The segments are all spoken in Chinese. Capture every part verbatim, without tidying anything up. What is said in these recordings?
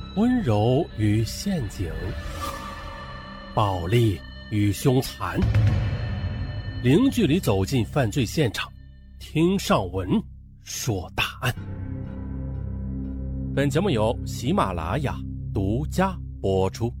温柔与陷阱，暴力与凶残，零距离走进犯罪现场，听上文说大案。本节目由喜马拉雅独家播出。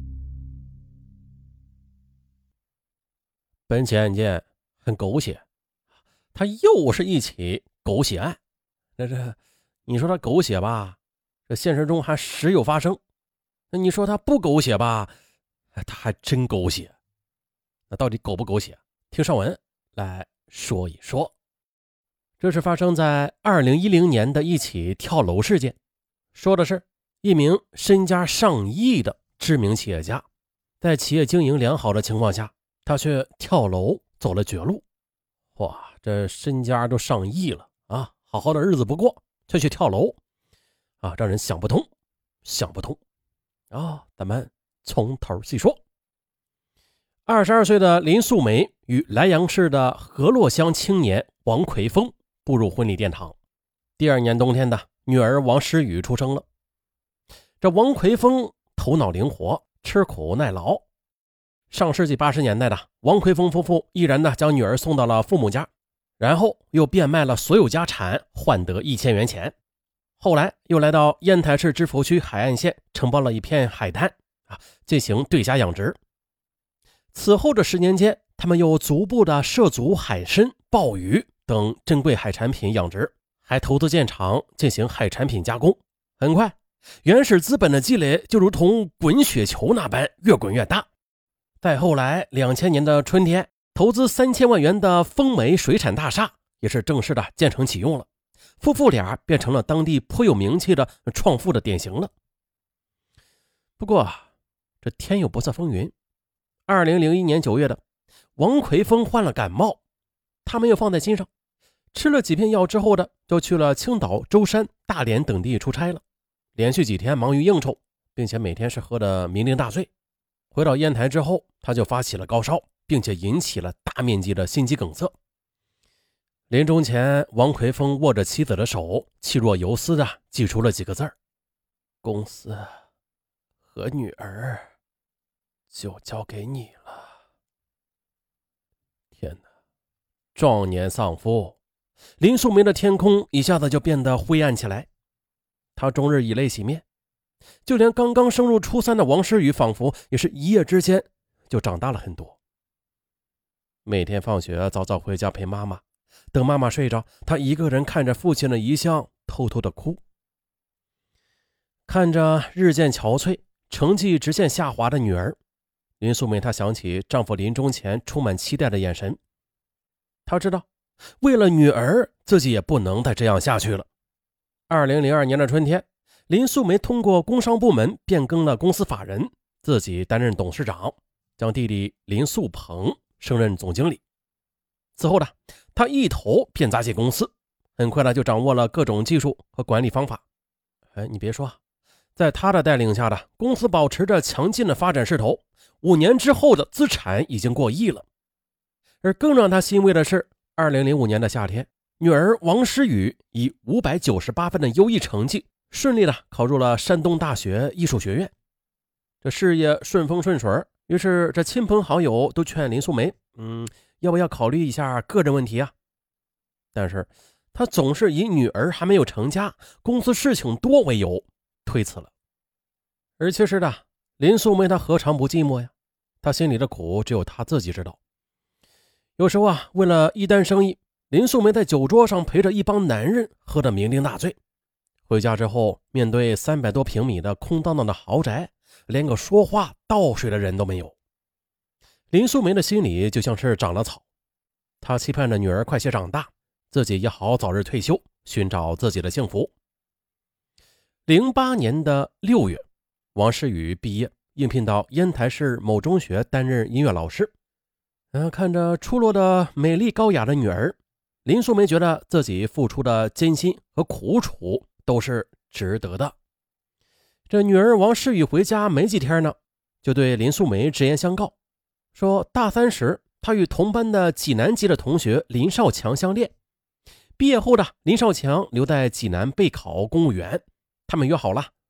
本起案件很狗血，它又是一起狗血案。那这你说它狗血吧，这现实中还时有发生。那你说它不狗血吧，它还真狗血。那到底狗不狗血？听上文来说一说。这是发生在二零一零年的一起跳楼事件，说的是一名身家上亿的知名企业家，在企业经营良好的情况下，他却跳楼走了绝路。哇，这身家都上亿了啊，好好的日子不过，却去跳楼啊，让人想不通，想不通啊！咱们从头细说。二十二岁的林素梅与莱阳市的河洛乡青年王奎峰步入婚礼殿堂。第二年冬天的女儿王诗雨出生了。这王奎峰头脑灵活，吃苦耐劳。上世纪八十年代的王奎峰夫妇毅然的将女儿送到了父母家，然后又变卖了所有家产，换得一千元钱。后来又来到烟台市芝罘区海岸线承包了一片海滩啊，进行对虾养殖。此后的十年间，他们又逐步的涉足海参、鲍鱼等珍贵海产品养殖，还投资建厂进行海产品加工。很快，原始资本的积累就如同滚雪球那般越滚越大。再后来两千年的春天，投资三千万元的丰美水产大厦也是正式的建成启用了，夫妇俩变成了当地颇有名气的创富的典型了。不过这天有不测风云，二零零一年九月的，王奎峰患了感冒，他没有放在心上，吃了几片药之后的，就去了青岛、舟山、大连等地出差了，连续几天忙于应酬，并且每天是喝得酩酊大醉。回到烟台之后，他就发起了高烧，并且引起了大面积的心肌梗塞。临终前，王奎峰握着妻子的手，气若游丝的记出了几个字儿：公司和女儿就交给你了。天哪，壮年丧夫，林素梅的天空一下子就变得灰暗起来。她终日以泪洗面，就连刚刚升入初三的王诗雨仿佛也是一夜之间就长大了很多。每天放学早早回家陪妈妈，等妈妈睡着，她一个人看着父亲的遗像偷偷的哭。看着日渐憔悴、成绩直线下滑的女儿，林素梅她想起丈夫临终前充满期待的眼神。她知道为了女儿，自己也不能再这样下去了。二零零二年的春天，林素梅通过工商部门变更了公司法人，自己担任董事长，将弟弟林素鹏升任总经理。此后呢，他一头便砸进公司，很快的就掌握了各种技术和管理方法。哎，你别说，在他的带领下的公司保持着强劲的发展势头，五年之后的资产已经过亿了。而更让他欣慰的是，二零零五年的夏天，女儿王诗雨以五百九十八分的优异成绩，顺利的考入了山东大学艺术学院。这事业顺风顺水，于是这亲朋好友都劝林素梅，嗯，要不要考虑一下个人问题啊？但是她总是以女儿还没有成家，公司事情多为由推辞了。而其实呢，林素梅她何尝不寂寞呀？她心里的苦只有她自己知道。有时候啊，为了一单生意，林素梅在酒桌上陪着一帮男人喝得酩酊大醉。回家之后，面对三百多平米的空荡荡的豪宅，连个说话倒水的人都没有。林素梅的心里就像是长了草，她期盼着女儿快些长大，自己也好早日退休，寻找自己的幸福。零八年的六月，王诗雨毕业，应聘到烟台市某中学担任音乐老师。呃，看着出落的美丽高雅的女儿，林素梅觉得自己付出的艰辛和苦楚都是值得的。这女儿王诗雨回家没几天呢，就对林素梅直言相告，说大三时她与同班的济南籍的同学林少强相恋，毕业后的林少强留在济南备考公务员，他们约好了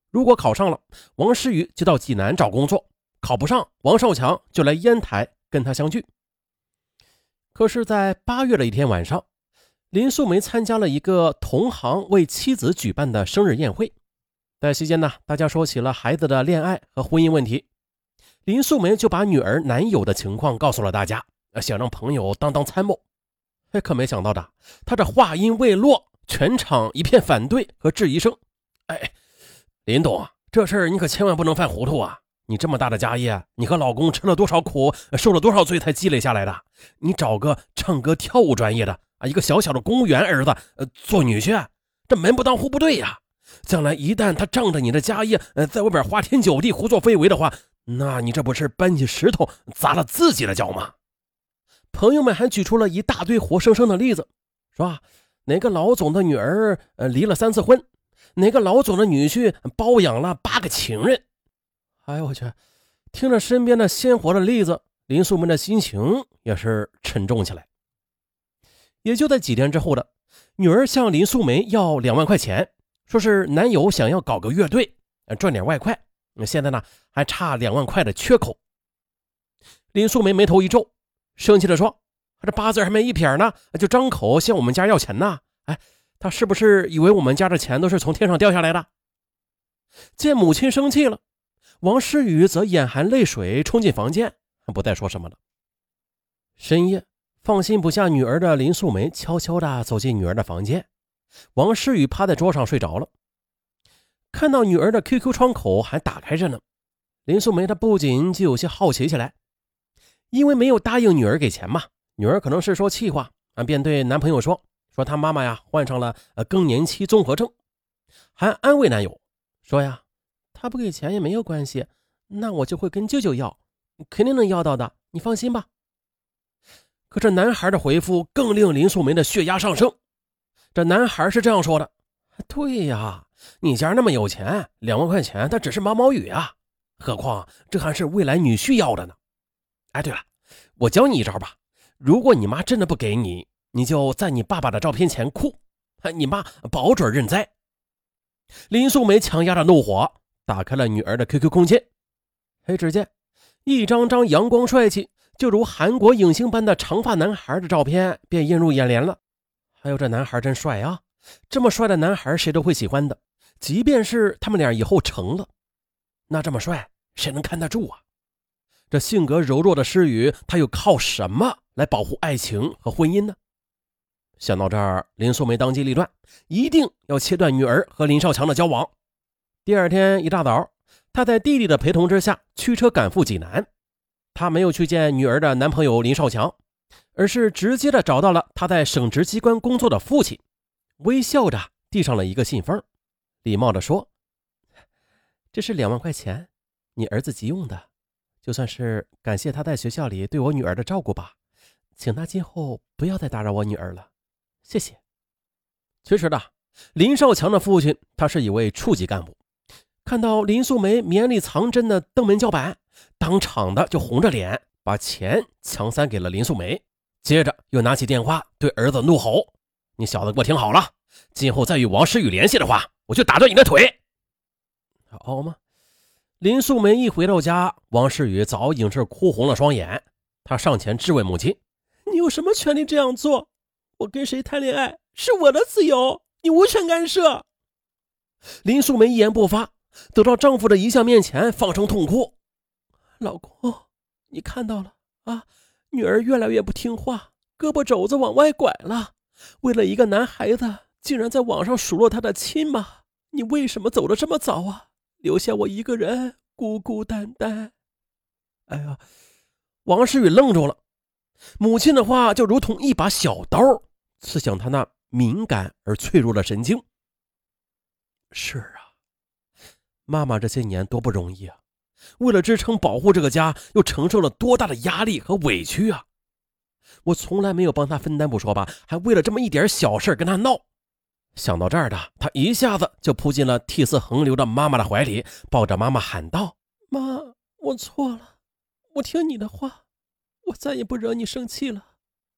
如果考上了，王诗雨就到济南找工作，考不上，王少强就来烟台跟他相聚。可是在八月的一天晚上，林素梅参加了一个同行为妻子举办的生日宴会，在席间呢，大家说起了孩子的恋爱和婚姻问题，林素梅就把女儿男友的情况告诉了大家，想让朋友当当参谋。可没想到的，他这话音未落，全场一片反对和质疑声。哎，林董，这事儿你可千万不能犯糊涂啊！你这么大的家业，你和老公吃了多少苦，受了多少罪才积累下来的？你找个唱歌跳舞专业的啊，一个小小的公务员儿子呃做女婿，这门不当户不对呀！将来一旦他仗着你的家业呃在外边花天酒地胡作非为的话，那你这不是搬起石头砸了自己的脚吗？朋友们还举出了一大堆活生生的例子，是吧？哪个老总的女儿呃离了三次婚，哪个老总的女婿包养了八个情人。哎呦我去，听着身边的鲜活的例子，林素梅的心情也是沉重起来。也就在几天之后的，女儿向林素梅要两万块钱，说是男友想要搞个乐队赚点外快，现在呢还差两万块的缺口。林素梅眉头一皱，生气地说，这八字还没一撇呢，就张口向我们家要钱呢？哎，他是不是以为我们家的钱都是从天上掉下来的？见母亲生气了，王诗雨则眼含泪水冲进房间，不再说什么了。深夜，放心不下女儿的林素梅悄悄地走进女儿的房间，王诗雨趴在桌上睡着了。看到女儿的 Q Q 窗口还打开着呢，林素梅她不仅就有些好奇起来，因为没有答应女儿给钱嘛，女儿可能是说气话啊，便对男朋友说说她妈妈呀患上了呃更年期综合症，还安慰男友说呀，他不给钱也没有关系，那我就会跟舅舅要，肯定能要到的，你放心吧。可这男孩的回复更令林素梅的血压上升。这男孩是这样说的，对呀，你家那么有钱，两万块钱他只是毛毛雨啊，何况这还是未来女婿要的呢。哎，对了，我教你一招吧，如果你妈真的不给你，你就在你爸爸的照片前哭，你妈保准认栽。林素梅强压着怒火，打开了女儿的 Q Q 空间。嘿，只见一张张阳光帅气，就如韩国影星般的长发男孩的照片便映入眼帘了。还有这男孩真帅啊，这么帅的男孩谁都会喜欢的，即便是他们俩以后成了，那这么帅谁能看得住啊？这性格柔弱的诗雨，他又靠什么来保护爱情和婚姻呢？想到这儿，林素梅当机立断，一定要切断女儿和林少强的交往。第二天一大早，她在弟弟的陪同之下驱车赶赴济南。她没有去见女儿的男朋友林少强，而是直接的找到了他在省直机关工作的父亲，微笑着递上了一个信封，礼貌地说，这是两万块钱，你儿子急用的，就算是感谢他在学校里对我女儿的照顾吧，请他今后不要再打扰我女儿了，谢谢。其实的，林少强的父亲他是一位处级干部，看到林素梅绵里藏针的登门叫板，当场的就红着脸把钱强塞给了林素梅，接着又拿起电话对儿子怒吼，你小子给我听好了，今后再与王诗雨联系的话，我就打断你的腿。好吗？林素梅一回到家，王诗雨早已经是哭红了双眼，他上前质问母亲，你有什么权利这样做？我跟谁谈恋爱是我的自由，你无权干涉。林素梅一言不发，走到丈夫的遗像面前放声痛哭，老公，你看到了啊，女儿越来越不听话，胳膊肘子往外拐了，为了一个男孩子竟然在网上数落他的亲妈，你为什么走得这么早啊，留下我一个人孤孤单单。哎呀，王诗雨愣住了，母亲的话就如同一把小刀刺向他那敏感而脆弱的神经。是啊，妈妈这些年多不容易啊，为了支撑保护这个家，又承受了多大的压力和委屈啊！我从来没有帮她分担不说吧，还为了这么一点小事跟她闹。想到这儿的，他一下子就扑进了涕泗横流的妈妈的怀里，抱着妈妈喊道，妈，我错了，我听你的话，我再也不惹你生气了。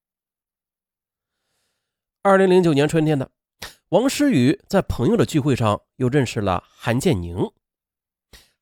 二零零九年春天的，王诗雨在朋友的聚会上又认识了韩建宁，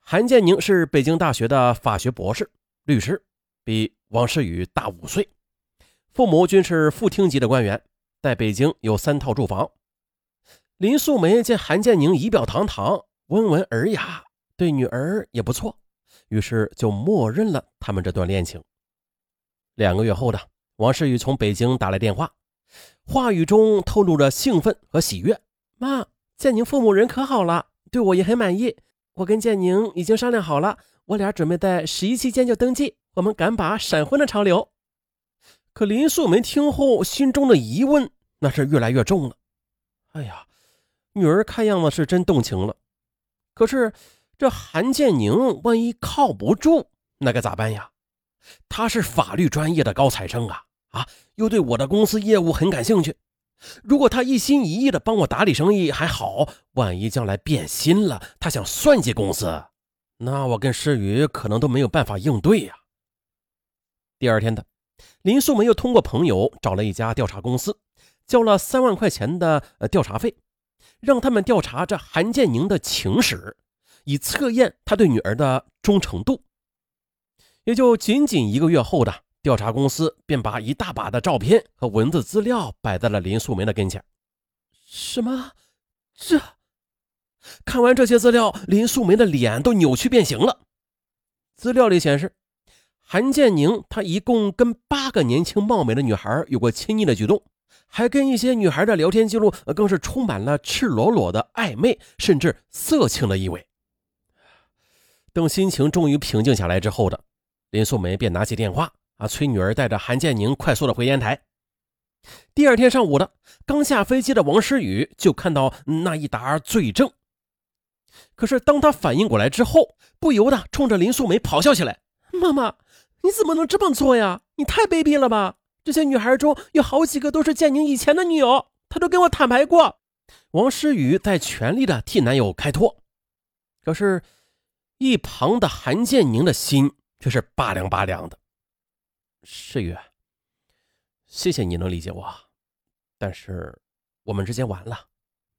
韩建宁是北京大学的法学博士、律师，比王诗雨大五岁，父母均是副厅级的官员，在北京有三套住房。林素梅见韩建宁仪表堂堂，温文尔雅，对女儿也不错，于是就默认了他们这段恋情。两个月后的王诗雨从北京打来电话，话语中透露着兴奋和喜悦。妈，建宁父母人可好了，对我也很满意，我跟建宁已经商量好了，我俩准备在十一期间就登记，我们赶把闪婚的潮流。可林素梅听后心中的疑问那是越来越重了。哎呀，女儿看样子是真动情了，可是这韩建宁万一靠不住，那该咋办呀？他是法律专业的高材生啊，啊，又对我的公司业务很感兴趣。如果他一心一意的帮我打理生意还好，万一将来变心了，他想算计公司，那我跟诗雨可能都没有办法应对呀。第二天的林素梅又通过朋友找了一家调查公司，交了三万块钱的调查费，让他们调查这韩建宁的情史，以测验他对女儿的忠诚度。也就仅仅一个月后的调查公司便把一大把的照片和文字资料摆在了林素梅的跟前。什么？这？看完这些资料，林素梅的脸都扭曲变形了。资料里显示，韩建宁他一共跟八个年轻貌美的女孩有过亲昵的举动，还跟一些女孩的聊天记录更是充满了赤裸裸的暧昧甚至色情的意味。等心情终于平静下来之后的林素梅便拿起电话啊，催女儿带着韩建宁快速的回烟台。第二天上午的刚下飞机的王诗雨就看到那一沓罪证，可是当他反应过来之后，不由得冲着林素梅咆哮起来：妈妈，你怎么能这么做呀？你太卑鄙了吧！这些女孩中有好几个都是建宁以前的女友，她都跟我坦白过。王诗雨在全力的替男友开脱，可是一旁的韩建宁的心却是拔凉拔凉的。诗雨，谢谢你能理解我，但是我们之间完了。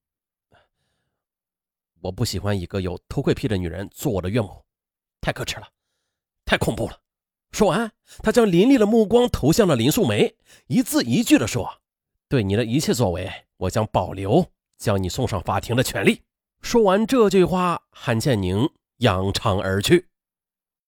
我不喜欢一个有偷窥癖的女人做我的岳母，太可耻了，太恐怖了。说完，他将凌厉的目光投向了林素梅，一字一句地说：对你的一切作为，我将保留将你送上法庭的权利。说完这句话，韩建宁扬长而去。